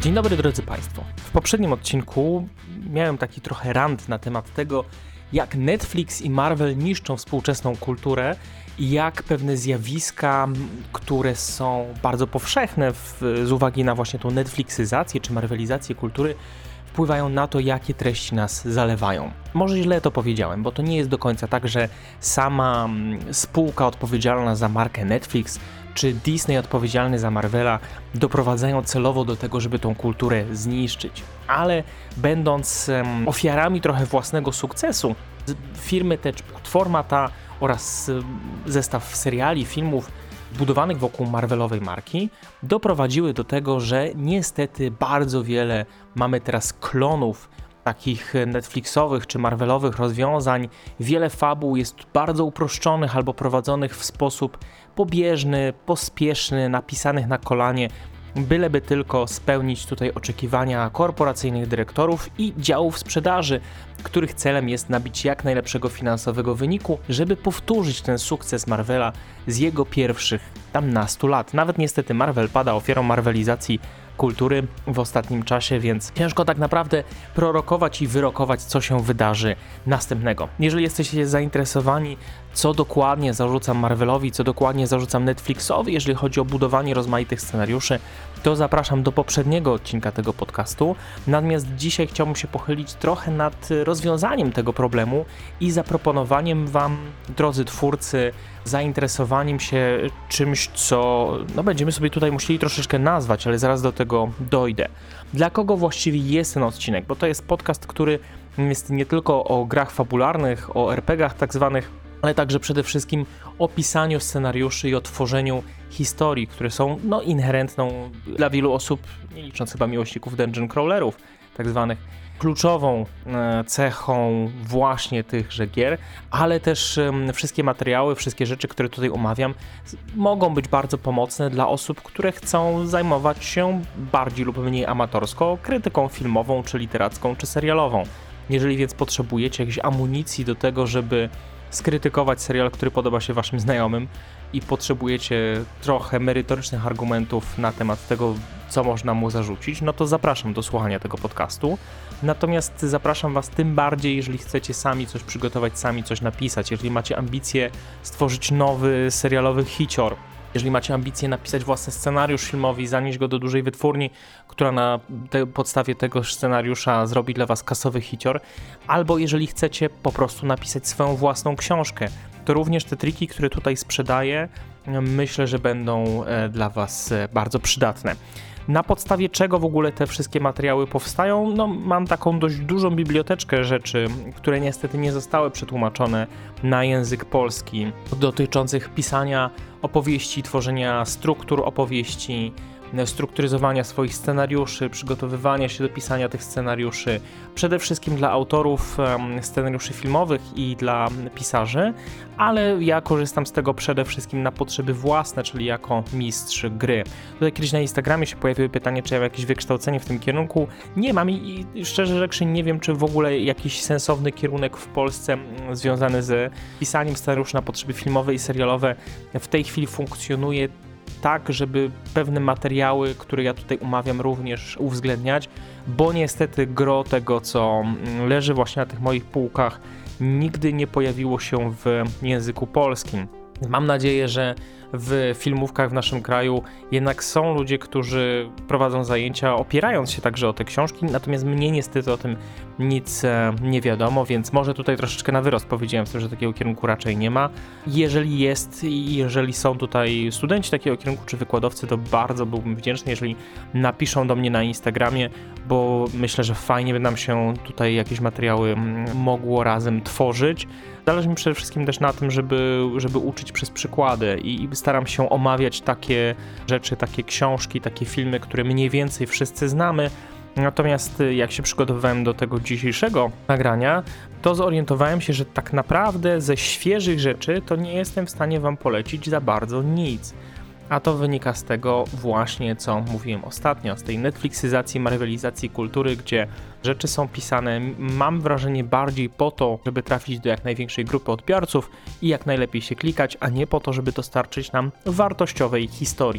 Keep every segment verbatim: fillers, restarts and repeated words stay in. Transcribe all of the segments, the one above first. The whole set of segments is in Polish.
Dzień dobry drodzy Państwo. W poprzednim odcinku miałem taki trochę rant na temat tego, jak Netflix i Marvel niszczą współczesną kulturę i jak pewne zjawiska, które są bardzo powszechne w, z uwagi na właśnie tą Netflixyzację czy marvelizację kultury, wpływają na to, jakie treści nas zalewają. Może źle to powiedziałem, bo to nie jest do końca tak, że sama spółka odpowiedzialna za markę Netflix czy Disney odpowiedzialny za Marvela doprowadzają celowo do tego, żeby tą kulturę zniszczyć. Ale będąc um, ofiarami trochę własnego sukcesu, firmy te, czy platforma ta oraz um, zestaw seriali, filmów budowanych wokół Marvelowej marki doprowadziły do tego, że niestety bardzo wiele mamy teraz klonów takich Netflixowych czy Marvelowych rozwiązań. Wiele fabuł jest bardzo uproszczonych albo prowadzonych w sposób pobieżny, pospieszny, napisanych na kolanie, byleby tylko spełnić tutaj oczekiwania korporacyjnych dyrektorów i działów sprzedaży, których celem jest nabić jak najlepszego finansowego wyniku, żeby powtórzyć ten sukces Marvela z jego pierwszych tam nastu lat. Nawet niestety Marvel pada ofiarą marvelizacji kultury w ostatnim czasie, więc ciężko tak naprawdę prorokować i wyrokować, co się wydarzy następnego. Jeżeli jesteście zainteresowani, co dokładnie zarzucam Marvelowi, co dokładnie zarzucam Netflixowi, jeżeli chodzi o budowanie rozmaitych scenariuszy, to zapraszam do poprzedniego odcinka tego podcastu. Natomiast dzisiaj chciałbym się pochylić trochę nad rozwiązaniem tego problemu i zaproponowaniem Wam, drodzy twórcy, zainteresowaniem się czymś, co no będziemy sobie tutaj musieli troszeczkę nazwać, ale zaraz do tego dojdę. Dla kogo właściwie jest ten odcinek? Bo to jest podcast, który jest nie tylko o grach fabularnych, o er pe gach tak zwanych, ale także przede wszystkim o pisaniu scenariuszy i o tworzeniu historii, które są no inherentną dla wielu osób, nie licząc chyba miłośników dungeon crawlerów, tak zwanych, kluczową e, cechą właśnie tychże gier, ale też e, wszystkie materiały, wszystkie rzeczy, które tutaj omawiam, mogą być bardzo pomocne dla osób, które chcą zajmować się bardziej lub mniej amatorsko krytyką filmową, czy literacką, czy serialową. Jeżeli więc potrzebujecie jakiejś amunicji do tego, żeby skrytykować serial, który podoba się waszym znajomym i potrzebujecie trochę merytorycznych argumentów na temat tego, co można mu zarzucić, no to zapraszam do słuchania tego podcastu. Natomiast zapraszam was tym bardziej, jeżeli chcecie sami coś przygotować, sami coś napisać, jeżeli macie ambicje stworzyć nowy serialowy hicior, jeżeli macie ambicje napisać własny scenariusz filmowy i zanieść go do dużej wytwórni, która na te, podstawie tego scenariusza zrobi dla was kasowy hicior, albo jeżeli chcecie po prostu napisać swoją własną książkę, to również te triki, które tutaj sprzedaję, myślę, że będą dla was bardzo przydatne. Na podstawie czego w ogóle te wszystkie materiały powstają? No, mam taką dość dużą biblioteczkę rzeczy, które niestety nie zostały przetłumaczone na język polski, dotyczących pisania opowieści, tworzenia struktur opowieści, strukturyzowania swoich scenariuszy, przygotowywania się do pisania tych scenariuszy, przede wszystkim dla autorów scenariuszy filmowych i dla pisarzy, ale ja korzystam z tego przede wszystkim na potrzeby własne, czyli jako mistrz gry. Tutaj kiedyś na Instagramie się pojawiły pytanie, czy ja mam jakieś wykształcenie w tym kierunku. Nie mam i, i szczerze rzeczy nie wiem, czy w ogóle jakiś sensowny kierunek w Polsce związany z pisaniem scenariuszy na potrzeby filmowe i serialowe w tej chwili funkcjonuje tak, żeby pewne materiały, które ja tutaj omawiam, również uwzględniać, bo niestety gro tego, co leży właśnie na tych moich półkach, nigdy nie pojawiło się w języku polskim. Mam nadzieję, że w filmówkach w naszym kraju jednak są ludzie, którzy prowadzą zajęcia opierając się także o te książki, natomiast mnie niestety o tym nic nie wiadomo, więc może tutaj troszeczkę na wyrost powiedziałem, że takiego kierunku raczej nie ma. Jeżeli jest i jeżeli są tutaj studenci takiego kierunku czy wykładowcy, to bardzo byłbym wdzięczny, jeżeli napiszą do mnie na Instagramie, bo myślę, że fajnie by nam się tutaj jakieś materiały mogło razem tworzyć. Zależy mi przede wszystkim też na tym, żeby, żeby uczyć przez przykłady i staram się omawiać takie rzeczy, takie książki, takie filmy, które mniej więcej wszyscy znamy. Natomiast jak się przygotowywałem do tego dzisiejszego nagrania, to zorientowałem się, że tak naprawdę ze świeżych rzeczy to nie jestem w stanie wam polecić za bardzo nic. A to wynika z tego właśnie, co mówiłem ostatnio, z tej Netflixyzacji, marvelizacji kultury, gdzie rzeczy są pisane, mam wrażenie, bardziej po to, żeby trafić do jak największej grupy odbiorców i jak najlepiej się klikać, a nie po to, żeby dostarczyć nam wartościowej historii.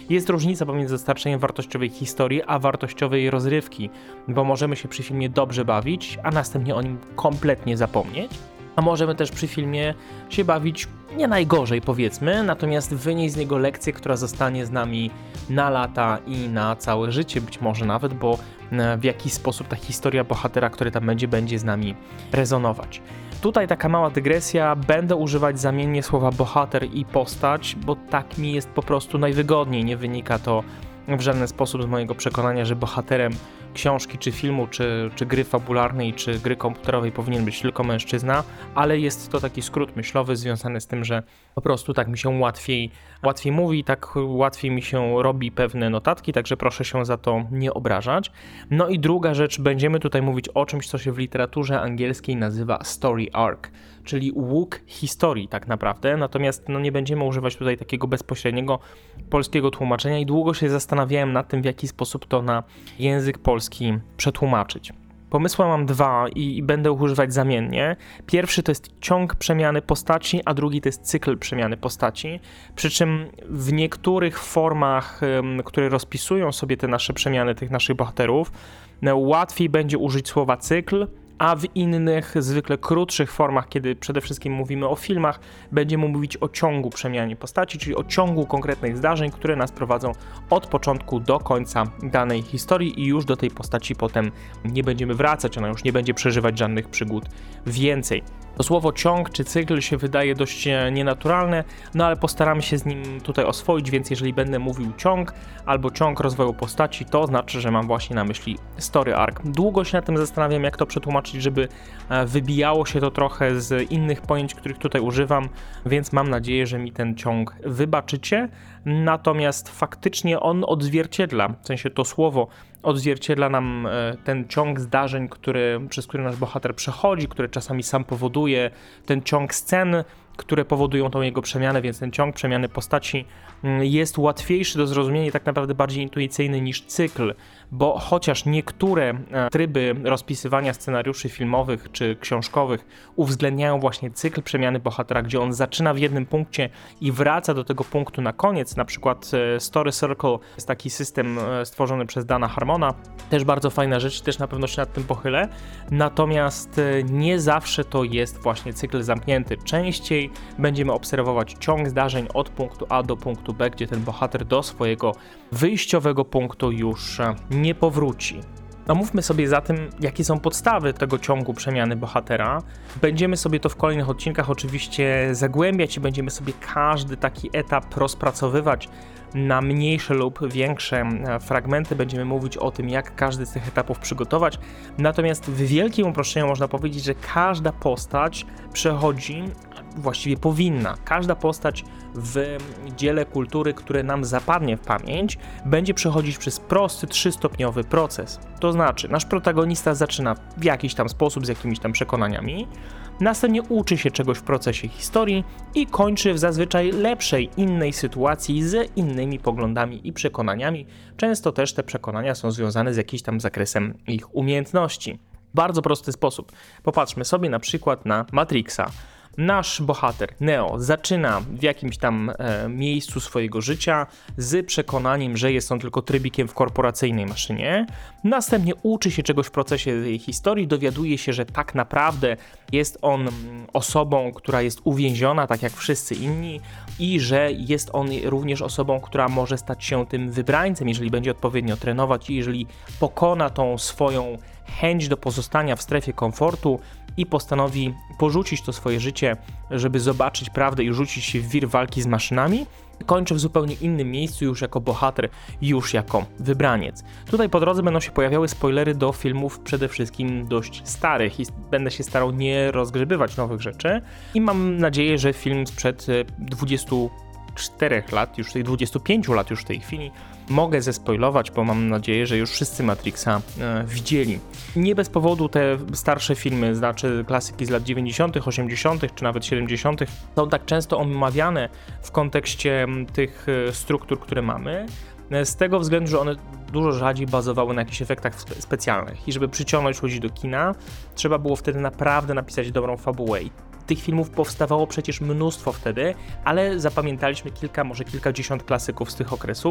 Jest różnica pomiędzy dostarczeniem wartościowej historii, a wartościowej rozrywki, bo możemy się przy filmie dobrze bawić, a następnie o nim kompletnie zapomnieć, a możemy też przy filmie się bawić nie najgorzej, powiedzmy, natomiast wynieść z niego lekcję, która zostanie z nami na lata i na całe życie, być może nawet, bo w jakiś sposób ta historia bohatera, który tam będzie, będzie z nami rezonować. Tutaj taka mała dygresja, będę używać zamiennie słowa bohater i postać, bo tak mi jest po prostu najwygodniej, nie wynika to w żaden sposób z mojego przekonania, że bohaterem książki, czy filmu, czy, czy gry fabularnej, czy gry komputerowej powinien być tylko mężczyzna, ale jest to taki skrót myślowy związany z tym, że po prostu tak mi się łatwiej, łatwiej mówi, tak łatwiej mi się robi pewne notatki, także proszę się za to nie obrażać. No i druga rzecz, będziemy tutaj mówić o czymś, co się w literaturze angielskiej nazywa story arc, czyli łuk historii tak naprawdę, natomiast no, nie będziemy używać tutaj takiego bezpośredniego polskiego tłumaczenia i długo się zastanawiałem nad tym, w jaki sposób to na język polski przetłumaczyć. Pomysły mam dwa i, i będę używać zamiennie. Pierwszy to jest ciąg przemiany postaci, a drugi to jest cykl przemiany postaci. Przy czym w niektórych formach, ym, które rozpisują sobie te nasze przemiany, tych naszych bohaterów, no, łatwiej będzie użyć słowa cykl, a w innych, zwykle krótszych formach, kiedy przede wszystkim mówimy o filmach, będziemy mówić o ciągu przemiany postaci, czyli o ciągu konkretnych zdarzeń, które nas prowadzą od początku do końca danej historii i już do tej postaci potem nie będziemy wracać, ona już nie będzie przeżywać żadnych przygód więcej. To słowo ciąg czy cykl się wydaje dość nienaturalne, no ale postaramy się z nim tutaj oswoić, więc jeżeli będę mówił ciąg albo ciąg rozwoju postaci, to znaczy, że mam właśnie na myśli story arc. Długo się nad tym zastanawiam, jak to przetłumaczyć, żeby wybijało się to trochę z innych pojęć, których tutaj używam, więc mam nadzieję, że mi ten ciąg wybaczycie. Natomiast faktycznie on odzwierciedla, w sensie to słowo odzwierciedla nam ten ciąg zdarzeń, który, przez który nasz bohater przechodzi, który czasami sam powoduje, ten ciąg scen, które powodują tą jego przemianę, więc ten ciąg przemiany postaci jest łatwiejszy do zrozumienia i tak naprawdę bardziej intuicyjny niż cykl, bo chociaż niektóre tryby rozpisywania scenariuszy filmowych czy książkowych uwzględniają właśnie cykl przemiany bohatera, gdzie on zaczyna w jednym punkcie i wraca do tego punktu na koniec, na przykład Story Circle jest taki system stworzony przez Dana Harmona, też bardzo fajna rzecz, też na pewno się nad tym pochylę, natomiast nie zawsze to jest właśnie cykl zamknięty. Częściej będziemy obserwować ciąg zdarzeń od punktu A do punktu B, gdzie ten bohater do swojego wyjściowego punktu już nie powróci. Omówmy sobie zatem, jakie są podstawy tego ciągu przemiany bohatera. Będziemy sobie to w kolejnych odcinkach oczywiście zagłębiać i będziemy sobie każdy taki etap rozpracowywać na mniejsze lub większe fragmenty. Będziemy mówić o tym, jak każdy z tych etapów przygotować. Natomiast w wielkim uproszczeniu można powiedzieć, że każda postać przechodzi, właściwie powinna, każda postać w dziele kultury, które nam zapadnie w pamięć, będzie przechodzić przez prosty, trzystopniowy proces. To znaczy, nasz protagonista zaczyna w jakiś tam sposób, z jakimiś tam przekonaniami, następnie uczy się czegoś w procesie historii i kończy w zazwyczaj lepszej, innej sytuacji z innymi poglądami i przekonaniami. Często też te przekonania są związane z jakimś tam zakresem ich umiejętności. Bardzo prosty sposób. Popatrzmy sobie na przykład na Matrixa. Nasz bohater, Neo, zaczyna w jakimś tam e, miejscu swojego życia z przekonaniem, że jest on tylko trybikiem w korporacyjnej maszynie. Następnie uczy się czegoś w procesie jej historii, dowiaduje się, że tak naprawdę jest on osobą, która jest uwięziona, tak jak wszyscy inni, i że jest on również osobą, która może stać się tym wybrańcem, jeżeli będzie odpowiednio trenować i jeżeli pokona tą swoją chęć do pozostania w strefie komfortu i postanowi porzucić to swoje życie, żeby zobaczyć prawdę i rzucić się w wir walki z maszynami, kończy w zupełnie innym miejscu już jako bohater, już jako wybraniec. Tutaj po drodze będą się pojawiały spoilery do filmów przede wszystkim dość starych i będę się starał nie rozgrzebywać nowych rzeczy i mam nadzieję, że film sprzed dwudziestu czterech lat, już tych dwudziestu pięciu lat już w tej chwili, mogę zespoilować, bo mam nadzieję, że już wszyscy Matrixa e, widzieli. Nie bez powodu te starsze filmy, znaczy klasyki z lat dziewięćdziesiątych, osiemdziesiątych czy nawet siedemdziesiątych są tak często omawiane w kontekście tych struktur, które mamy, z tego względu, że one dużo rzadziej bazowały na jakichś efektach spe- specjalnych i żeby przyciągnąć ludzi do kina, trzeba było wtedy naprawdę napisać dobrą fabułę. I tych filmów powstawało przecież mnóstwo wtedy, ale zapamiętaliśmy kilka, może kilkadziesiąt klasyków z tych okresów,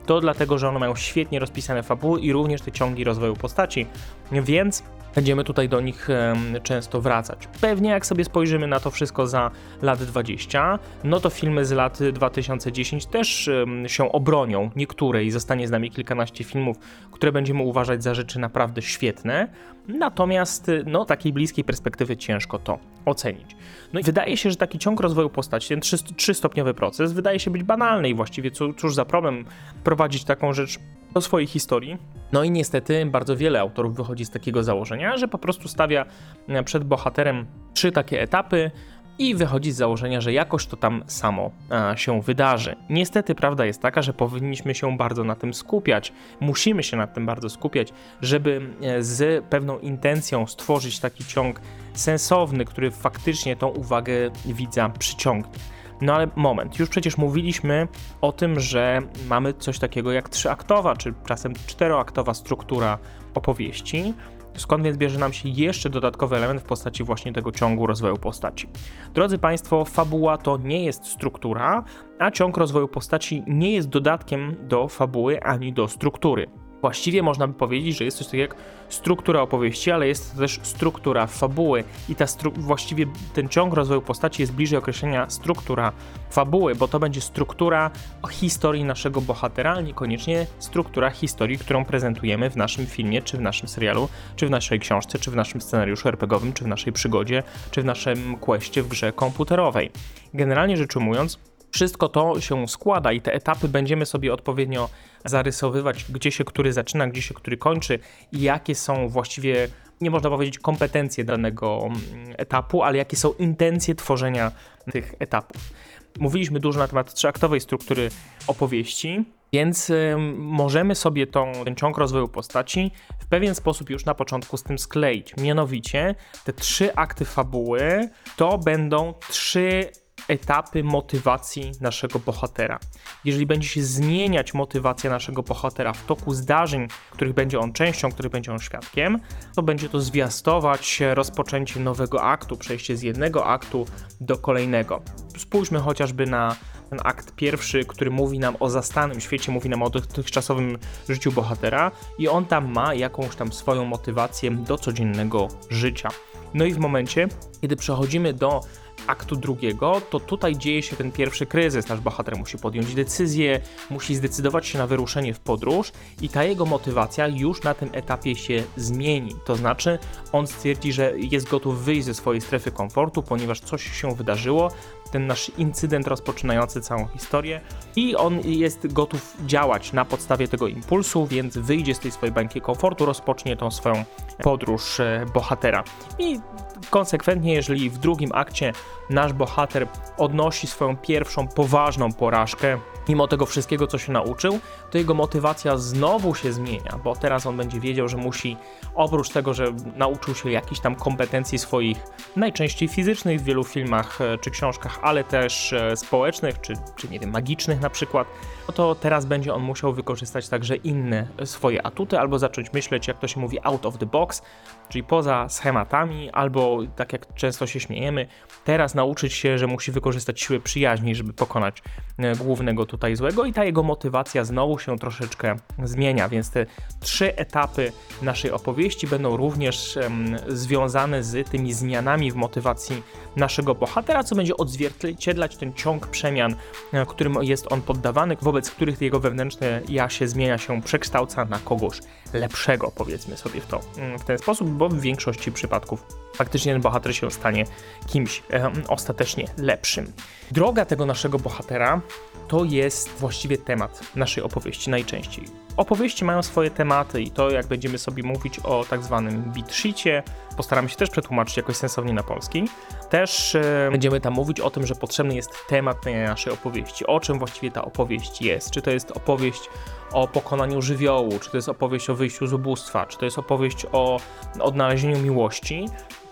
to dlatego, że one mają świetnie rozpisane fabuły i również te ciągi rozwoju postaci, więc będziemy tutaj do nich um, często wracać. Pewnie jak sobie spojrzymy na to wszystko za lat dwadzieścia, no to filmy z lat dwa tysiące dziesiąt też um, się obronią, niektóre, i zostanie z nami kilkanaście filmów, które będziemy uważać za rzeczy naprawdę świetne, natomiast no takiej bliskiej perspektywy ciężko to ocenić. No i wydaje się, że taki ciąg rozwoju postaci, ten trzystopniowy proces wydaje się być banalny i właściwie cóż za problem prowadzić taką rzecz do swojej historii. No i niestety bardzo wiele autorów wychodzi z takiego założenia, że po prostu stawia przed bohaterem trzy takie etapy i wychodzi z założenia, że jakoś to tam samo a, się wydarzy. Niestety prawda jest taka, że powinniśmy się bardzo na tym skupiać, musimy się nad tym bardzo skupiać, żeby z pewną intencją stworzyć taki ciąg sensowny, który faktycznie tą uwagę widza przyciągnie. No ale moment, już przecież mówiliśmy o tym, że mamy coś takiego jak trzyaktowa, czy czasem czteroaktowa struktura opowieści. Skąd więc bierze nam się jeszcze dodatkowy element w postaci właśnie tego ciągu rozwoju postaci? Drodzy Państwo, fabuła to nie jest struktura, a ciąg rozwoju postaci nie jest dodatkiem do fabuły ani do struktury. Właściwie można by powiedzieć, że jest coś takiego jak struktura opowieści, ale jest to też struktura fabuły i ta stru- właściwie ten ciąg rozwoju postaci jest bliżej określenia struktura fabuły, bo to będzie struktura historii naszego bohatera, a niekoniecznie struktura historii, którą prezentujemy w naszym filmie, czy w naszym serialu, czy w naszej książce, czy w naszym scenariuszu er pe gie owym, czy w naszej przygodzie, czy w naszym questie w grze komputerowej. Generalnie rzecz ujmując, wszystko to się składa i te etapy będziemy sobie odpowiednio zarysowywać, gdzie się który zaczyna, gdzie się który kończy i jakie są właściwie, nie można powiedzieć kompetencje danego etapu, ale jakie są intencje tworzenia tych etapów. Mówiliśmy dużo na temat trzyaktowej struktury opowieści, więc y, możemy sobie tą, ten ciąg rozwoju postaci w pewien sposób już na początku z tym skleić. Mianowicie te trzy akty fabuły to będą trzy etapy motywacji naszego bohatera. Jeżeli będzie się zmieniać motywacja naszego bohatera w toku zdarzeń, których będzie on częścią, których będzie on świadkiem, to będzie to zwiastować rozpoczęcie nowego aktu, przejście z jednego aktu do kolejnego. Spójrzmy chociażby na ten akt pierwszy, który mówi nam o zastanym świecie, mówi nam o dotychczasowym życiu bohatera i on tam ma jakąś tam swoją motywację do codziennego życia. No i w momencie, kiedy przechodzimy do aktu drugiego, to tutaj dzieje się ten pierwszy kryzys. Nasz bohater musi podjąć decyzję, musi zdecydować się na wyruszenie w podróż i ta jego motywacja już na tym etapie się zmieni. To znaczy on stwierdzi, że jest gotów wyjść ze swojej strefy komfortu, ponieważ coś się wydarzyło, ten nasz incydent rozpoczynający całą historię i on jest gotów działać na podstawie tego impulsu, więc wyjdzie z tej swojej bańki komfortu, rozpocznie tą swoją podróż bohatera. I konsekwentnie, jeżeli w drugim akcie nasz bohater odnosi swoją pierwszą poważną porażkę, mimo tego wszystkiego, co się nauczył, to jego motywacja znowu się zmienia, bo teraz on będzie wiedział, że musi, oprócz tego, że nauczył się jakichś tam kompetencji swoich, najczęściej fizycznych w wielu filmach czy książkach, ale też społecznych, czy, czy nie wiem, magicznych na przykład, no to teraz będzie on musiał wykorzystać także inne swoje atuty, albo zacząć myśleć, jak to się mówi, out of the box, czyli poza schematami, albo tak jak często się śmiejemy, teraz nauczyć się, że musi wykorzystać siłę przyjaźni, żeby pokonać głównego tutaj złego i ta jego motywacja znowu się troszeczkę zmienia, więc te trzy etapy naszej opowieści będą również um, związane z tymi zmianami w motywacji naszego bohatera, co będzie odzwierciedlać ten ciąg przemian, którym jest on poddawany, wobec których jego wewnętrzne ja się zmienia, się przekształca na kogoś lepszego, powiedzmy sobie w to w ten sposób, bo w większości przypadków faktycznie ten bohater się stanie kimś e, ostatecznie lepszym. Droga tego naszego bohatera to jest właściwie temat naszej opowieści najczęściej. Opowieści mają swoje tematy i to, jak będziemy sobie mówić o tak zwanym beat sheetie, postaramy się też przetłumaczyć jakoś sensownie na polski. Też e, będziemy tam mówić o tym, że potrzebny jest temat naszej opowieści. O czym właściwie ta opowieść jest? Czy to jest opowieść o pokonaniu żywiołu? Czy to jest opowieść o wyjściu z ubóstwa? Czy to jest opowieść o odnalezieniu miłości?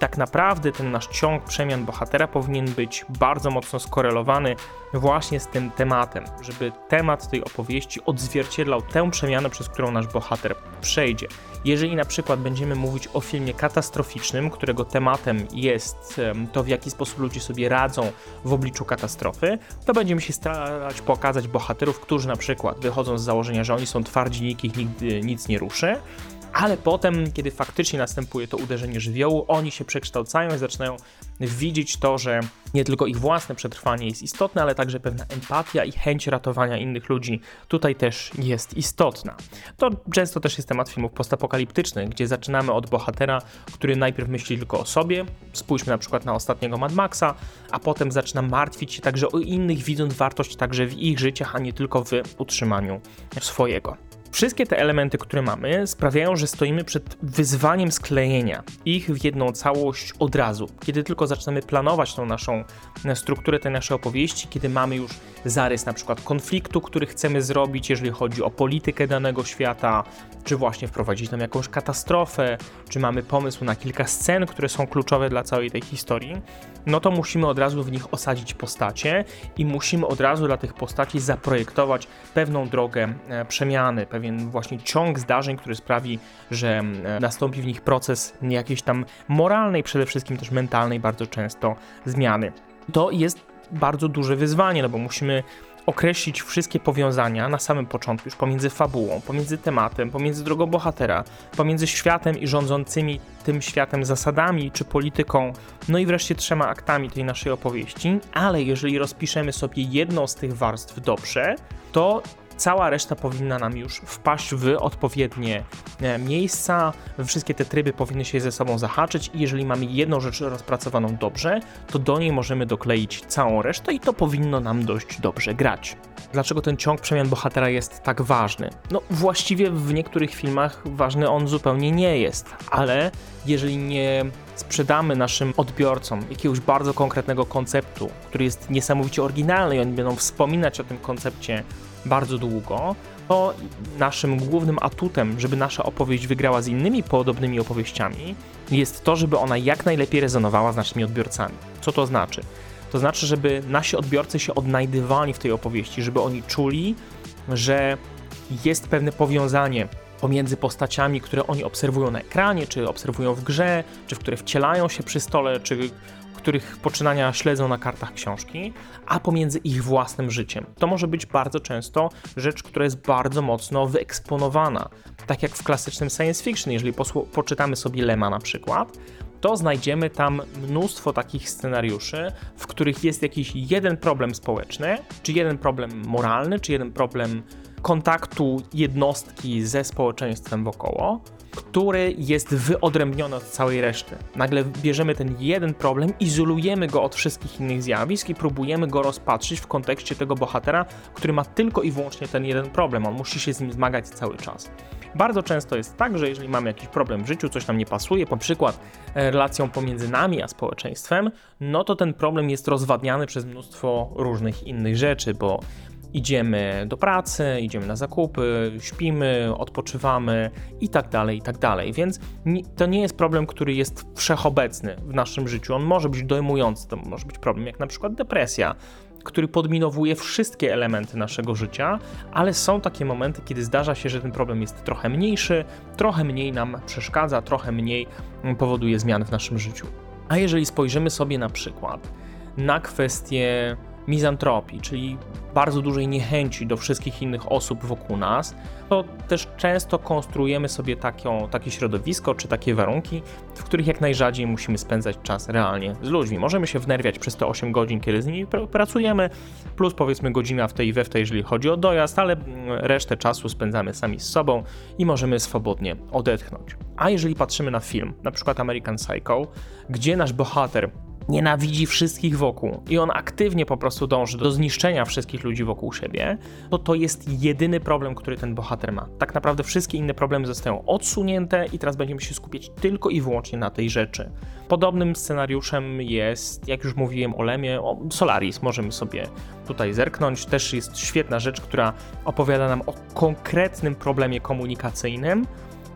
tak naprawdę ten nasz ciąg przemian bohatera powinien być bardzo mocno skorelowany właśnie z tym tematem, żeby temat tej opowieści odzwierciedlał tę przemianę, przez którą nasz bohater przejdzie. Jeżeli na przykład będziemy mówić o filmie katastroficznym, którego tematem jest to, w jaki sposób ludzie sobie radzą w obliczu katastrofy, to będziemy się starać pokazać bohaterów, którzy na przykład wychodzą z założenia, że oni są twardzi, nikt ich nigdy nic nie ruszy, ale potem, kiedy faktycznie następuje to uderzenie żywiołu, oni się przekształcają i zaczynają widzieć to, że nie tylko ich własne przetrwanie jest istotne, ale także pewna empatia i chęć ratowania innych ludzi tutaj też jest istotna. To często też jest temat filmów postapokaliptycznych, gdzie zaczynamy od bohatera, który najpierw myśli tylko o sobie, spójrzmy na przykład na ostatniego Mad Maxa, a potem zaczyna martwić się także o innych, widząc wartość także w ich życiach, a nie tylko w utrzymaniu swojego. Wszystkie te elementy, które mamy, sprawiają, że stoimy przed wyzwaniem sklejenia ich w jedną całość od razu. Kiedy tylko zaczynamy planować tą naszą strukturę tej naszej opowieści, kiedy mamy już zarys na przykład konfliktu, który chcemy zrobić, jeżeli chodzi o politykę danego świata, czy właśnie wprowadzić tam jakąś katastrofę, czy mamy pomysł na kilka scen, które są kluczowe dla całej tej historii, no to musimy od razu w nich osadzić postacie i musimy od razu dla tych postaci zaprojektować pewną drogę przemiany, pewien właśnie ciąg zdarzeń, który sprawi, że nastąpi w nich proces jakiejś tam moralnej, przede wszystkim też mentalnej bardzo często zmiany. To jest bardzo duże wyzwanie, no bo musimy określić wszystkie powiązania na samym początku, już pomiędzy fabułą, pomiędzy tematem, pomiędzy drogą bohatera, pomiędzy światem i rządzącymi tym światem zasadami czy polityką, no i wreszcie trzema aktami tej naszej opowieści, ale jeżeli rozpiszemy sobie jedną z tych warstw dobrze, to cała reszta powinna nam już wpaść w odpowiednie miejsca, wszystkie te tryby powinny się ze sobą zahaczyć i jeżeli mamy jedną rzecz rozpracowaną dobrze, to do niej możemy dokleić całą resztę i to powinno nam dość dobrze grać. Dlaczego ten ciąg przemian bohatera jest tak ważny? No właściwie w niektórych filmach ważny on zupełnie nie jest, ale jeżeli nie sprzedamy naszym odbiorcom jakiegoś bardzo konkretnego konceptu, który jest niesamowicie oryginalny i oni będą wspominać o tym koncepcie bardzo długo, to naszym głównym atutem, żeby nasza opowieść wygrała z innymi podobnymi opowieściami, jest to, żeby ona jak najlepiej rezonowała z naszymi odbiorcami. Co to znaczy? To znaczy, żeby nasi odbiorcy się odnajdywali w tej opowieści, żeby oni czuli, że jest pewne powiązanie pomiędzy postaciami, które oni obserwują na ekranie, czy obserwują w grze, czy w które wcielają się przy stole, czy których poczynania śledzą na kartach książki, a pomiędzy ich własnym życiem. To może być bardzo często rzecz, która jest bardzo mocno wyeksponowana. Tak jak w klasycznym science fiction, jeżeli posłu- poczytamy sobie Lema na przykład, to znajdziemy tam mnóstwo takich scenariuszy, w których jest jakiś jeden problem społeczny, czy jeden problem moralny, czy jeden problem kontaktu jednostki ze społeczeństwem wokoło, który jest wyodrębniony od całej reszty. Nagle bierzemy ten jeden problem, izolujemy go od wszystkich innych zjawisk i próbujemy go rozpatrzyć w kontekście tego bohatera, który ma tylko i wyłącznie ten jeden problem. On musi się z nim zmagać cały czas. Bardzo często jest tak, że jeżeli mamy jakiś problem w życiu, coś nam nie pasuje, na przykład relacją pomiędzy nami a społeczeństwem, no to ten problem jest rozwadniany przez mnóstwo różnych innych rzeczy, bo idziemy do pracy, idziemy na zakupy, śpimy, odpoczywamy i tak dalej, i tak dalej. Więc to nie jest problem, który jest wszechobecny w naszym życiu. On może być dojmujący, to może być problem jak na przykład depresja, który podminowuje wszystkie elementy naszego życia, ale są takie momenty, kiedy zdarza się, że ten problem jest trochę mniejszy, trochę mniej nam przeszkadza, trochę mniej powoduje zmian w naszym życiu. A jeżeli spojrzymy sobie na przykład na kwestię mizantropii, czyli bardzo dużej niechęci do wszystkich innych osób wokół nas, to też często konstruujemy sobie taką, takie środowisko czy takie warunki, w których jak najrzadziej musimy spędzać czas realnie z ludźmi. Możemy się wnerwiać przez te osiem godzin, kiedy z nimi pr- pracujemy, plus powiedzmy godzina w tej i we w tej, jeżeli chodzi o dojazd, ale resztę czasu spędzamy sami z sobą i możemy swobodnie odetchnąć. A jeżeli patrzymy na film, na przykład American Psycho, gdzie nasz bohater nienawidzi wszystkich wokół i on aktywnie po prostu dąży do zniszczenia wszystkich ludzi wokół siebie, to to jest jedyny problem, który ten bohater ma. Tak naprawdę wszystkie inne problemy zostają odsunięte i teraz będziemy się skupiać tylko i wyłącznie na tej rzeczy. Podobnym scenariuszem jest, jak już mówiłem o Lemie, o Solaris, możemy sobie tutaj zerknąć. Też jest świetna rzecz, która opowiada nam o konkretnym problemie komunikacyjnym,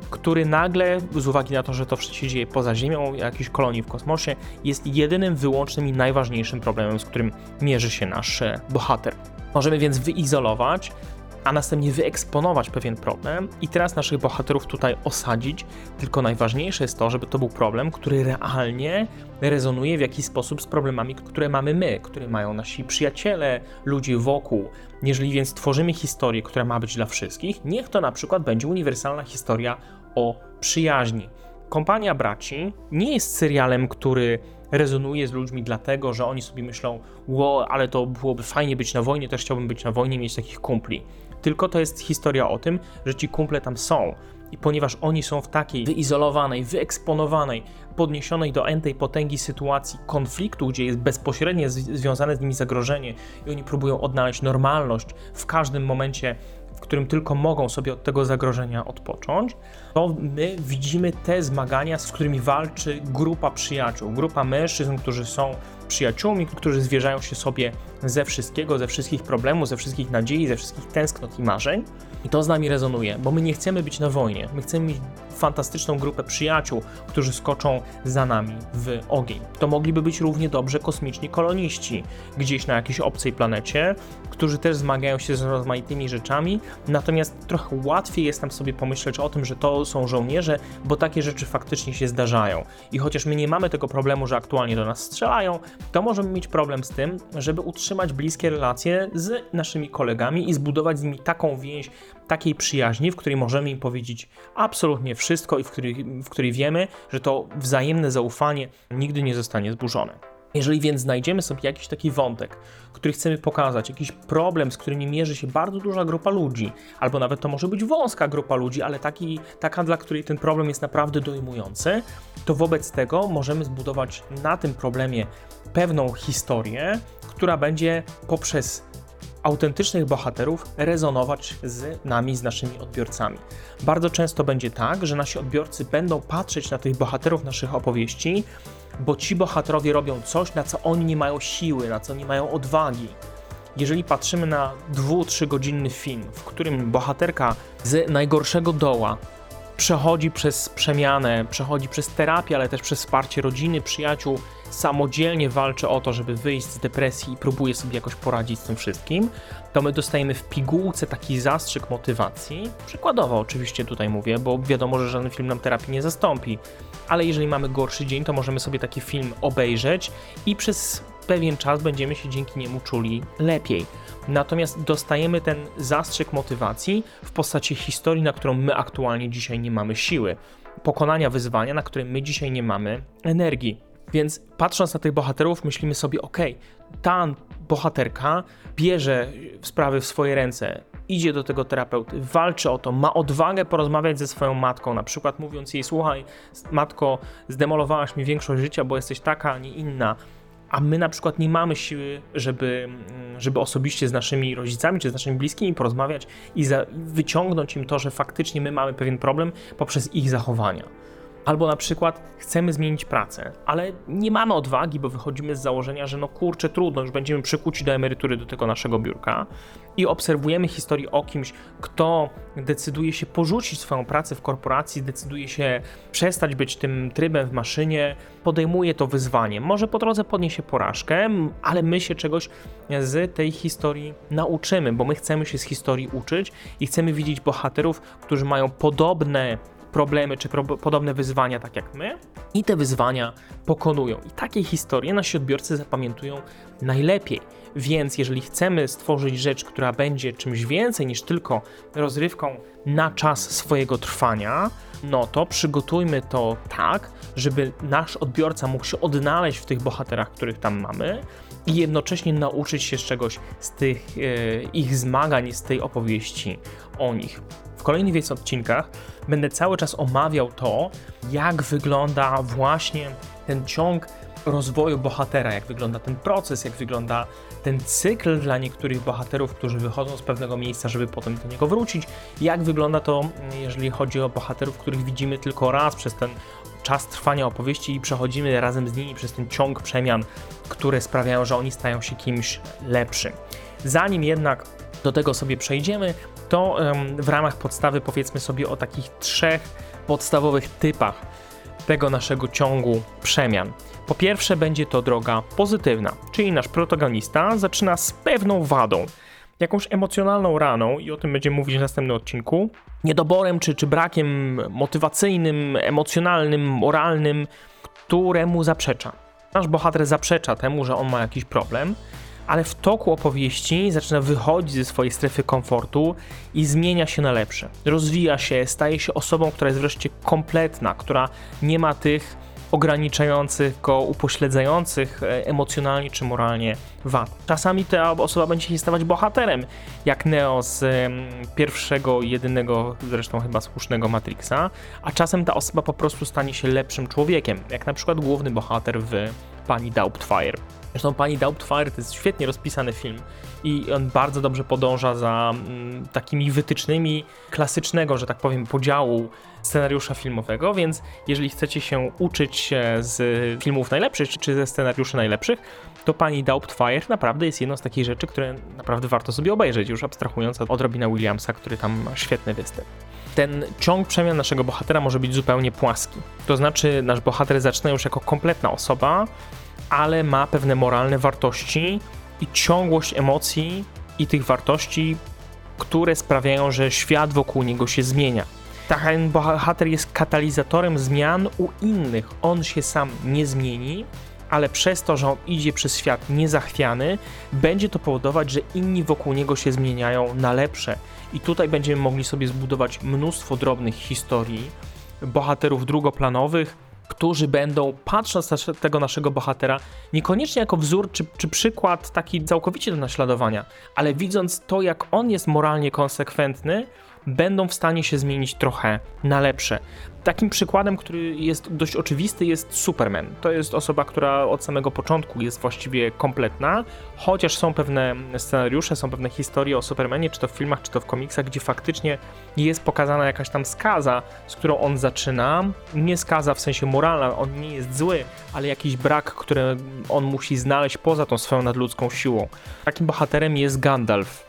który nagle, z uwagi na to, że to wszystko się dzieje poza Ziemią, jakiejś kolonii w kosmosie, jest jedynym, wyłącznym i najważniejszym problemem, z którym mierzy się nasz bohater. Możemy więc wyizolować, a następnie wyeksponować pewien problem i teraz naszych bohaterów tutaj osadzić, tylko najważniejsze jest to, żeby to był problem, który realnie rezonuje w jakiś sposób z problemami, które mamy my, które mają nasi przyjaciele, ludzie wokół. Jeżeli więc tworzymy historię, która ma być dla wszystkich, niech to na przykład będzie uniwersalna historia o przyjaźni. Kompania Braci nie jest serialem, który rezonuje z ludźmi dlatego, że oni sobie myślą: wow, ale to byłoby fajnie być na wojnie, też chciałbym być na wojnie i mieć takich kumpli. Tylko to jest historia o tym, że ci kumple tam są. I ponieważ oni są w takiej wyizolowanej, wyeksponowanej, podniesionej do entej potęgi sytuacji konfliktu, gdzie jest bezpośrednio związane z nimi zagrożenie i oni próbują odnaleźć normalność w każdym momencie, w którym tylko mogą sobie od tego zagrożenia odpocząć, to my widzimy te zmagania, z którymi walczy grupa przyjaciół, grupa mężczyzn, którzy są przyjaciółmi, którzy zwierzają się sobie ze wszystkiego, ze wszystkich problemów, ze wszystkich nadziei, ze wszystkich tęsknot i marzeń. I to z nami rezonuje, bo my nie chcemy być na wojnie, my chcemy mieć fantastyczną grupę przyjaciół, którzy skoczą za nami w ogień. To mogliby być równie dobrze kosmiczni koloniści gdzieś na jakiejś obcej planecie, którzy też zmagają się z rozmaitymi rzeczami, natomiast trochę łatwiej jest nam sobie pomyśleć o tym, że to są żołnierze, bo takie rzeczy faktycznie się zdarzają. I chociaż my nie mamy tego problemu, że aktualnie do nas strzelają, to możemy mieć problem z tym, żeby utrzymać bliskie relacje z naszymi kolegami i zbudować z nimi taką więź, takiej przyjaźni, w której możemy im powiedzieć absolutnie wszystko i w której, w której wiemy, że to wzajemne zaufanie nigdy nie zostanie zburzone. Jeżeli więc znajdziemy sobie jakiś taki wątek, który chcemy pokazać, jakiś problem, z którym mierzy się bardzo duża grupa ludzi, albo nawet to może być wąska grupa ludzi, ale taki, taka, dla której ten problem jest naprawdę dojmujący, to wobec tego możemy zbudować na tym problemie pewną historię, która będzie poprzez autentycznych bohaterów rezonować z nami, z naszymi odbiorcami. Bardzo często będzie tak, że nasi odbiorcy będą patrzeć na tych bohaterów naszych opowieści, bo ci bohaterowie robią coś, na co oni nie mają siły, na co nie mają odwagi. Jeżeli patrzymy na dwu-, trzygodzinny film, w którym bohaterka z najgorszego doła przechodzi przez przemianę, przechodzi przez terapię, ale też przez wsparcie rodziny, przyjaciół, samodzielnie walczy o to, żeby wyjść z depresji i próbuje sobie jakoś poradzić z tym wszystkim, to my dostajemy w pigułce taki zastrzyk motywacji. Przykładowo oczywiście tutaj mówię, bo wiadomo, że żaden film nam terapii nie zastąpi, ale jeżeli mamy gorszy dzień, to możemy sobie taki film obejrzeć i przez pewien czas będziemy się dzięki niemu czuli lepiej. Natomiast dostajemy ten zastrzyk motywacji w postaci historii, na którą my aktualnie dzisiaj nie mamy siły. Pokonania wyzwania, na które my dzisiaj nie mamy energii. Więc patrząc na tych bohaterów, myślimy sobie: okej, ta bohaterka bierze sprawy w swoje ręce, idzie do tego terapeuty, walczy o to, ma odwagę porozmawiać ze swoją matką, na przykład mówiąc jej: słuchaj, matko, zdemolowałaś mi większość życia, bo jesteś taka, a nie inna. A my na przykład nie mamy siły, żeby, żeby osobiście z naszymi rodzicami czy z naszymi bliskimi porozmawiać i za, wyciągnąć im to, że faktycznie my mamy pewien problem poprzez ich zachowania. Albo na przykład chcemy zmienić pracę, ale nie mamy odwagi, bo wychodzimy z założenia, że no kurczę, trudno, już będziemy przykuci do emerytury do tego naszego biurka i obserwujemy historię o kimś, kto decyduje się porzucić swoją pracę w korporacji, decyduje się przestać być tym trybem w maszynie, podejmuje to wyzwanie. Może po drodze podniesie porażkę, ale my się czegoś z tej historii nauczymy, bo my chcemy się z historii uczyć i chcemy widzieć bohaterów, którzy mają podobne problemy czy pro- podobne wyzwania tak jak my i te wyzwania pokonują. I takie historie nasi odbiorcy zapamiętują najlepiej. Więc jeżeli chcemy stworzyć rzecz, która będzie czymś więcej niż tylko rozrywką na czas swojego trwania, no to przygotujmy to tak, żeby nasz odbiorca mógł się odnaleźć w tych bohaterach, których tam mamy i jednocześnie nauczyć się z czegoś z tych e, ich zmagań, z tej opowieści o nich. W kolejnych więc odcinkach będę cały czas omawiał to, jak wygląda właśnie ten ciąg rozwoju bohatera, jak wygląda ten proces, jak wygląda ten cykl dla niektórych bohaterów, którzy wychodzą z pewnego miejsca, żeby potem do niego wrócić, jak wygląda to, jeżeli chodzi o bohaterów, których widzimy tylko raz przez ten czas trwania opowieści i przechodzimy razem z nimi przez ten ciąg przemian, które sprawiają, że oni stają się kimś lepszym. Zanim jednak do tego sobie przejdziemy, to w ramach podstawy powiedzmy sobie o takich trzech podstawowych typach tego naszego ciągu przemian. Po pierwsze będzie to droga pozytywna, czyli nasz protagonista zaczyna z pewną wadą, jakąś emocjonalną raną i o tym będziemy mówić w następnym odcinku, niedoborem czy, czy brakiem motywacyjnym, emocjonalnym, moralnym, któremu zaprzecza. Nasz bohater zaprzecza temu, że on ma jakiś problem, ale w toku opowieści zaczyna wychodzić ze swojej strefy komfortu i zmienia się na lepsze. Rozwija się, staje się osobą, która jest wreszcie kompletna, która nie ma tych ograniczających go, upośledzających emocjonalnie czy moralnie wad. Czasami ta osoba będzie się stawać bohaterem, jak Neo z um, pierwszego, jedynego, zresztą chyba słusznego Matrixa, a czasem ta osoba po prostu stanie się lepszym człowiekiem, jak na przykład główny bohater w Pani Doubtfire. Zresztą Pani Doubtfire to jest świetnie rozpisany film i on bardzo dobrze podąża za mm, takimi wytycznymi klasycznego, że tak powiem, podziału scenariusza filmowego, więc jeżeli chcecie się uczyć z filmów najlepszych, czy ze scenariuszy najlepszych, to Pani Doubtfire naprawdę jest jedną z takich rzeczy, które naprawdę warto sobie obejrzeć, już abstrahując od Robina Williamsa, który tam ma świetny występ. Ten ciąg przemian naszego bohatera może być zupełnie płaski. To znaczy nasz bohater zaczyna już jako kompletna osoba, ale ma pewne moralne wartości i ciągłość emocji i tych wartości, które sprawiają, że świat wokół niego się zmienia. Ten bohater jest katalizatorem zmian u innych. On się sam nie zmieni, ale przez to, że on idzie przez świat niezachwiany, będzie to powodować, że inni wokół niego się zmieniają na lepsze. I tutaj będziemy mogli sobie zbudować mnóstwo drobnych historii, bohaterów drugoplanowych, którzy będą, patrząc na tego naszego bohatera, niekoniecznie jako wzór czy, czy przykład taki całkowicie do naśladowania, ale widząc to, jak on jest moralnie konsekwentny, będą w stanie się zmienić trochę na lepsze. Takim przykładem, który jest dość oczywisty, jest Superman. To jest osoba, która od samego początku jest właściwie kompletna, chociaż są pewne scenariusze, są pewne historie o Supermanie, czy to w filmach, czy to w komiksach, gdzie faktycznie jest pokazana jakaś tam skaza, z którą on zaczyna. Nie skaza w sensie moralna, on nie jest zły, ale jakiś brak, który on musi znaleźć poza tą swoją nadludzką siłą. Takim bohaterem jest Gandalf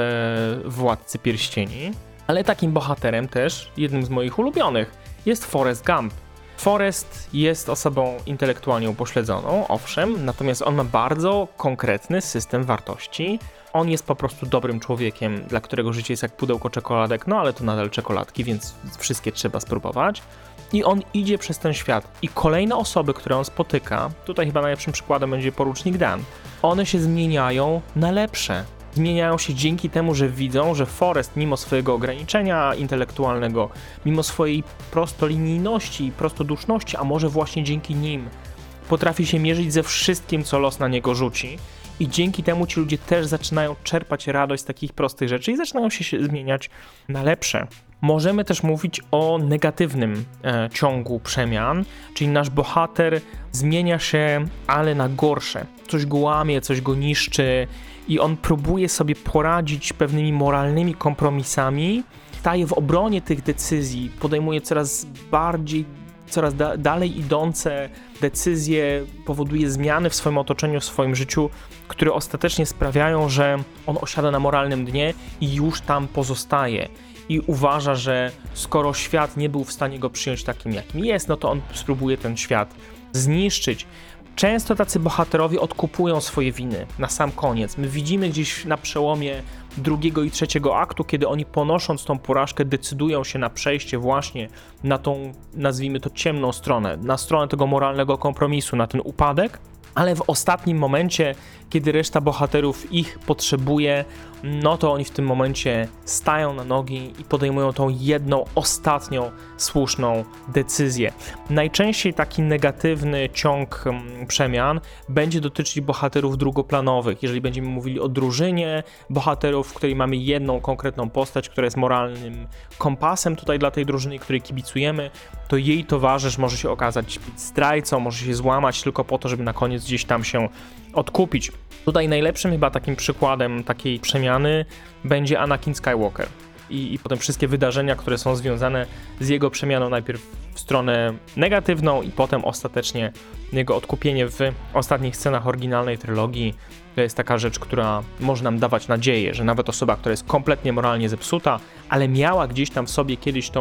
w Władcy Pierścieni. Ale takim bohaterem też, jednym z moich ulubionych, jest Forrest Gump. Forrest jest osobą intelektualnie upośledzoną, owszem, natomiast on ma bardzo konkretny system wartości. On jest po prostu dobrym człowiekiem, dla którego życie jest jak pudełko czekoladek, no ale to nadal czekoladki, więc wszystkie trzeba spróbować. I on idzie przez ten świat i kolejne osoby, które on spotyka, tutaj chyba najlepszym przykładem będzie Porucznik Dan, one się zmieniają na lepsze. Zmieniają się dzięki temu, że widzą, że Forrest mimo swojego ograniczenia intelektualnego, mimo swojej prostolinijności i prostoduszności, a może właśnie dzięki nim, potrafi się mierzyć ze wszystkim, co los na niego rzuci. I dzięki temu ci ludzie też zaczynają czerpać radość z takich prostych rzeczy i zaczynają się zmieniać na lepsze. Możemy też mówić o negatywnym e, ciągu przemian, czyli nasz bohater zmienia się, ale na gorsze. Coś go łamie, coś go niszczy i on próbuje sobie poradzić pewnymi moralnymi kompromisami, staje w obronie tych decyzji, podejmuje coraz bardziej, coraz da- dalej idące decyzje, powoduje zmiany w swoim otoczeniu, w swoim życiu, które ostatecznie sprawiają, że on osiada na moralnym dnie i już tam pozostaje. I uważa, że skoro świat nie był w stanie go przyjąć takim, jakim jest, no to on spróbuje ten świat zniszczyć. Często tacy bohaterowie odkupują swoje winy na sam koniec. My widzimy gdzieś na przełomie drugiego i trzeciego aktu, kiedy oni ponosząc tą porażkę decydują się na przejście właśnie na tą, nazwijmy to, ciemną stronę, na stronę tego moralnego kompromisu, na ten upadek, ale w ostatnim momencie, kiedy reszta bohaterów ich potrzebuje, no to oni w tym momencie stają na nogi i podejmują tą jedną, ostatnią, słuszną decyzję. Najczęściej taki negatywny ciąg przemian będzie dotyczyć bohaterów drugoplanowych. Jeżeli będziemy mówili o drużynie bohaterów, w której mamy jedną konkretną postać, która jest moralnym kompasem tutaj dla tej drużyny, której kibicujemy, to jej towarzysz może się okazać zdrajcą, może się złamać tylko po to, żeby na koniec gdzieś tam się odkupić. Tutaj najlepszym chyba takim przykładem takiej przemiany będzie Anakin Skywalker i, i potem wszystkie wydarzenia, które są związane z jego przemianą, najpierw w stronę negatywną i potem ostatecznie jego odkupienie w ostatnich scenach oryginalnej trylogii. To jest taka rzecz, która może nam dawać nadzieję, że nawet osoba, która jest kompletnie moralnie zepsuta, ale miała gdzieś tam w sobie kiedyś tą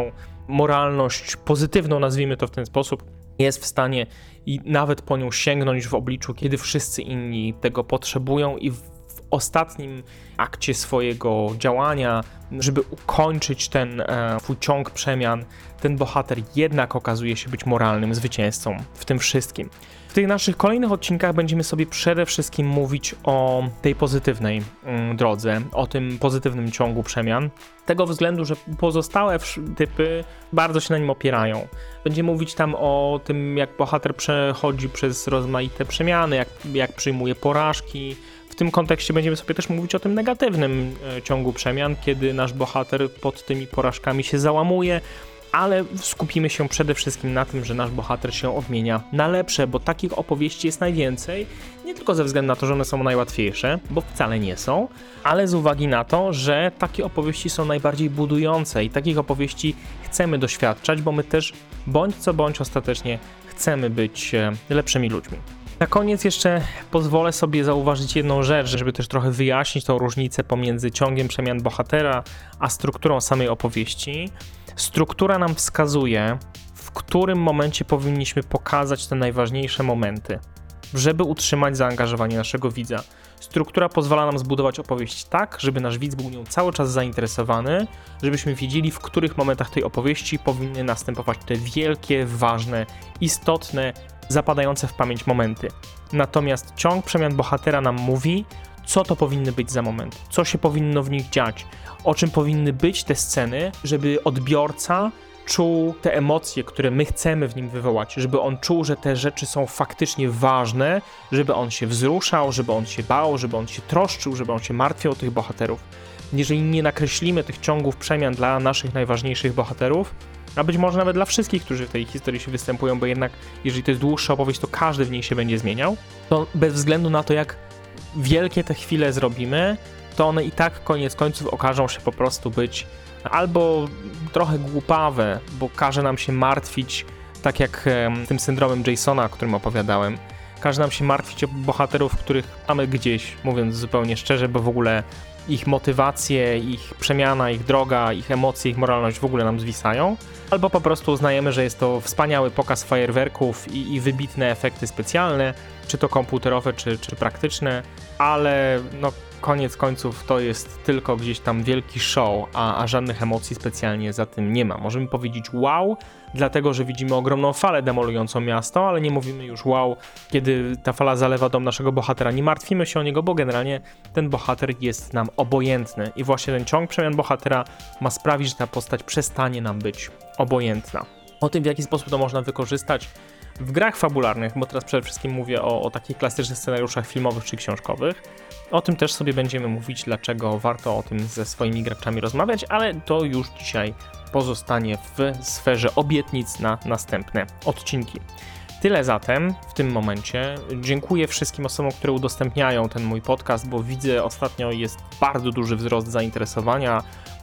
moralność pozytywną, nazwijmy to w ten sposób, jest w stanie i nawet po nią sięgnąć w obliczu, kiedy wszyscy inni tego potrzebują i w ostatnim akcie swojego działania, żeby ukończyć ten e, swój ciąg przemian, ten bohater jednak okazuje się być moralnym zwycięzcą w tym wszystkim. W tych naszych kolejnych odcinkach będziemy sobie przede wszystkim mówić o tej pozytywnej mm, drodze, o tym pozytywnym ciągu przemian, z tego względu, że pozostałe typy bardzo się na nim opierają. Będziemy mówić tam o tym, jak bohater przechodzi przez rozmaite przemiany, jak, jak przyjmuje porażki. W tym kontekście będziemy sobie też mówić o tym negatywnym e, ciągu przemian, kiedy nasz bohater pod tymi porażkami się załamuje, ale skupimy się przede wszystkim na tym, że nasz bohater się odmienia na lepsze, bo takich opowieści jest najwięcej, nie tylko ze względu na to, że one są najłatwiejsze, bo wcale nie są, ale z uwagi na to, że takie opowieści są najbardziej budujące i takich opowieści chcemy doświadczać, bo my też bądź co bądź ostatecznie chcemy być lepszymi ludźmi. Na koniec jeszcze pozwolę sobie zauważyć jedną rzecz, żeby też trochę wyjaśnić tą różnicę pomiędzy ciągiem przemian bohatera a strukturą samej opowieści. Struktura nam wskazuje, w którym momencie powinniśmy pokazać te najważniejsze momenty, żeby utrzymać zaangażowanie naszego widza. Struktura pozwala nam zbudować opowieść tak, żeby nasz widz był nią cały czas zainteresowany, żebyśmy wiedzieli, w których momentach tej opowieści powinny następować te wielkie, ważne, istotne, zapadające w pamięć momenty. Natomiast ciąg przemian bohatera nam mówi, co to powinny być za moment, co się powinno w nich dziać, o czym powinny być te sceny, żeby odbiorca czuł te emocje, które my chcemy w nim wywołać, żeby on czuł, że te rzeczy są faktycznie ważne, żeby on się wzruszał, żeby on się bał, żeby on się troszczył, żeby on się martwił o tych bohaterów. Jeżeli nie nakreślimy tych ciągów przemian dla naszych najważniejszych bohaterów, a być może nawet dla wszystkich, którzy w tej historii się występują, bo jednak jeżeli to jest dłuższa opowieść, to każdy w niej się będzie zmieniał, to bez względu na to, jak wielkie te chwile zrobimy, to one i tak koniec końców okażą się po prostu być albo trochę głupawe, bo każe nam się martwić, tak jak tym syndromem Jasona, o którym opowiadałem, każe nam się martwić o bohaterów, których mamy gdzieś, mówiąc zupełnie szczerze, bo w ogóle ich motywacje, ich przemiana, ich droga, ich emocje, ich moralność w ogóle nam zwisają, albo po prostu uznajemy, że jest to wspaniały pokaz fajerwerków i, i wybitne efekty specjalne, czy to komputerowe, czy, czy praktyczne, ale no koniec końców to jest tylko gdzieś tam wielki show, a, a żadnych emocji specjalnie za tym nie ma. Możemy powiedzieć wow, dlatego że widzimy ogromną falę demolującą miasto, ale nie mówimy już wow, kiedy ta fala zalewa dom naszego bohatera. Nie martwimy się o niego, bo generalnie ten bohater jest nam obojętny i właśnie ten ciąg przemian bohatera ma sprawić, że ta postać przestanie nam być obojętna. O tym, w jaki sposób to można wykorzystać w grach fabularnych, bo teraz przede wszystkim mówię o, o takich klasycznych scenariuszach filmowych czy książkowych. O tym też sobie będziemy mówić, dlaczego warto o tym ze swoimi graczami rozmawiać, ale to już dzisiaj pozostanie w sferze obietnic na następne odcinki. Tyle zatem w tym momencie. Dziękuję wszystkim osobom, które udostępniają ten mój podcast, bo widzę ostatnio jest bardzo duży wzrost zainteresowania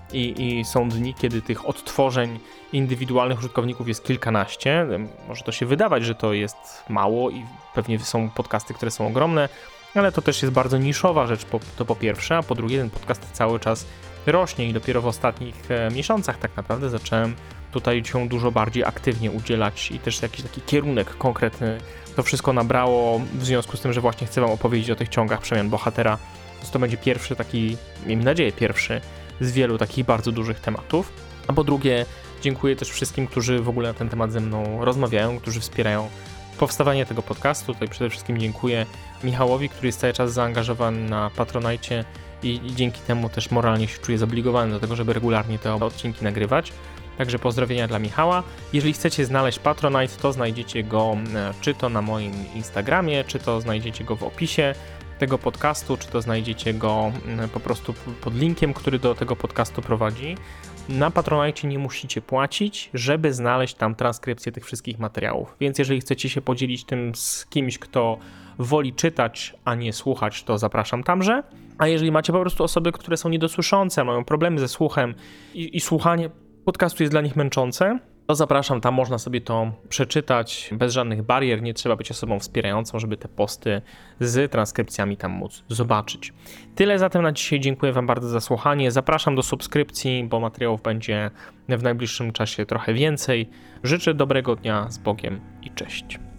i, i są dni, kiedy tych odtworzeń indywidualnych użytkowników jest kilkanaście. Może to się wydawać, że to jest mało i pewnie są podcasty, które są ogromne, ale to też jest bardzo niszowa rzecz, to po pierwsze, a po drugie ten podcast cały czas rośnie i dopiero w ostatnich miesiącach tak naprawdę zacząłem tutaj się dużo bardziej aktywnie udzielać i też jakiś taki kierunek konkretny to wszystko nabrało w związku z tym, że właśnie chcę wam opowiedzieć o tych ciągach przemian bohatera. To będzie pierwszy taki, miejmy nadzieję pierwszy z wielu takich bardzo dużych tematów. A po drugie dziękuję też wszystkim, którzy w ogóle na ten temat ze mną rozmawiają, którzy wspierają powstawanie tego podcastu. Tutaj przede wszystkim dziękuję Michałowi, który jest cały czas zaangażowany na Patronite i, i dzięki temu też moralnie się czuję zobligowany do tego, żeby regularnie te odcinki nagrywać. Także pozdrowienia dla Michała. Jeżeli chcecie znaleźć Patronite, to znajdziecie go czy to na moim Instagramie, czy to znajdziecie go w opisie tego podcastu, czy to znajdziecie go po prostu pod linkiem, który do tego podcastu prowadzi. Na Patronite nie musicie płacić, żeby znaleźć tam transkrypcję tych wszystkich materiałów. Więc jeżeli chcecie się podzielić tym z kimś, kto woli czytać, a nie słuchać, to zapraszam tamże. A jeżeli macie po prostu osoby, które są niedosłyszące, mają problemy ze słuchem i, i słuchanie podcastu jest dla nich męczące, to zapraszam, tam można sobie to przeczytać bez żadnych barier, nie trzeba być osobą wspierającą, żeby te posty z transkrypcjami tam móc zobaczyć. Tyle zatem na dzisiaj, dziękuję Wam bardzo za słuchanie, zapraszam do subskrypcji, bo materiałów będzie w najbliższym czasie trochę więcej. Życzę dobrego dnia, z Bogiem i cześć.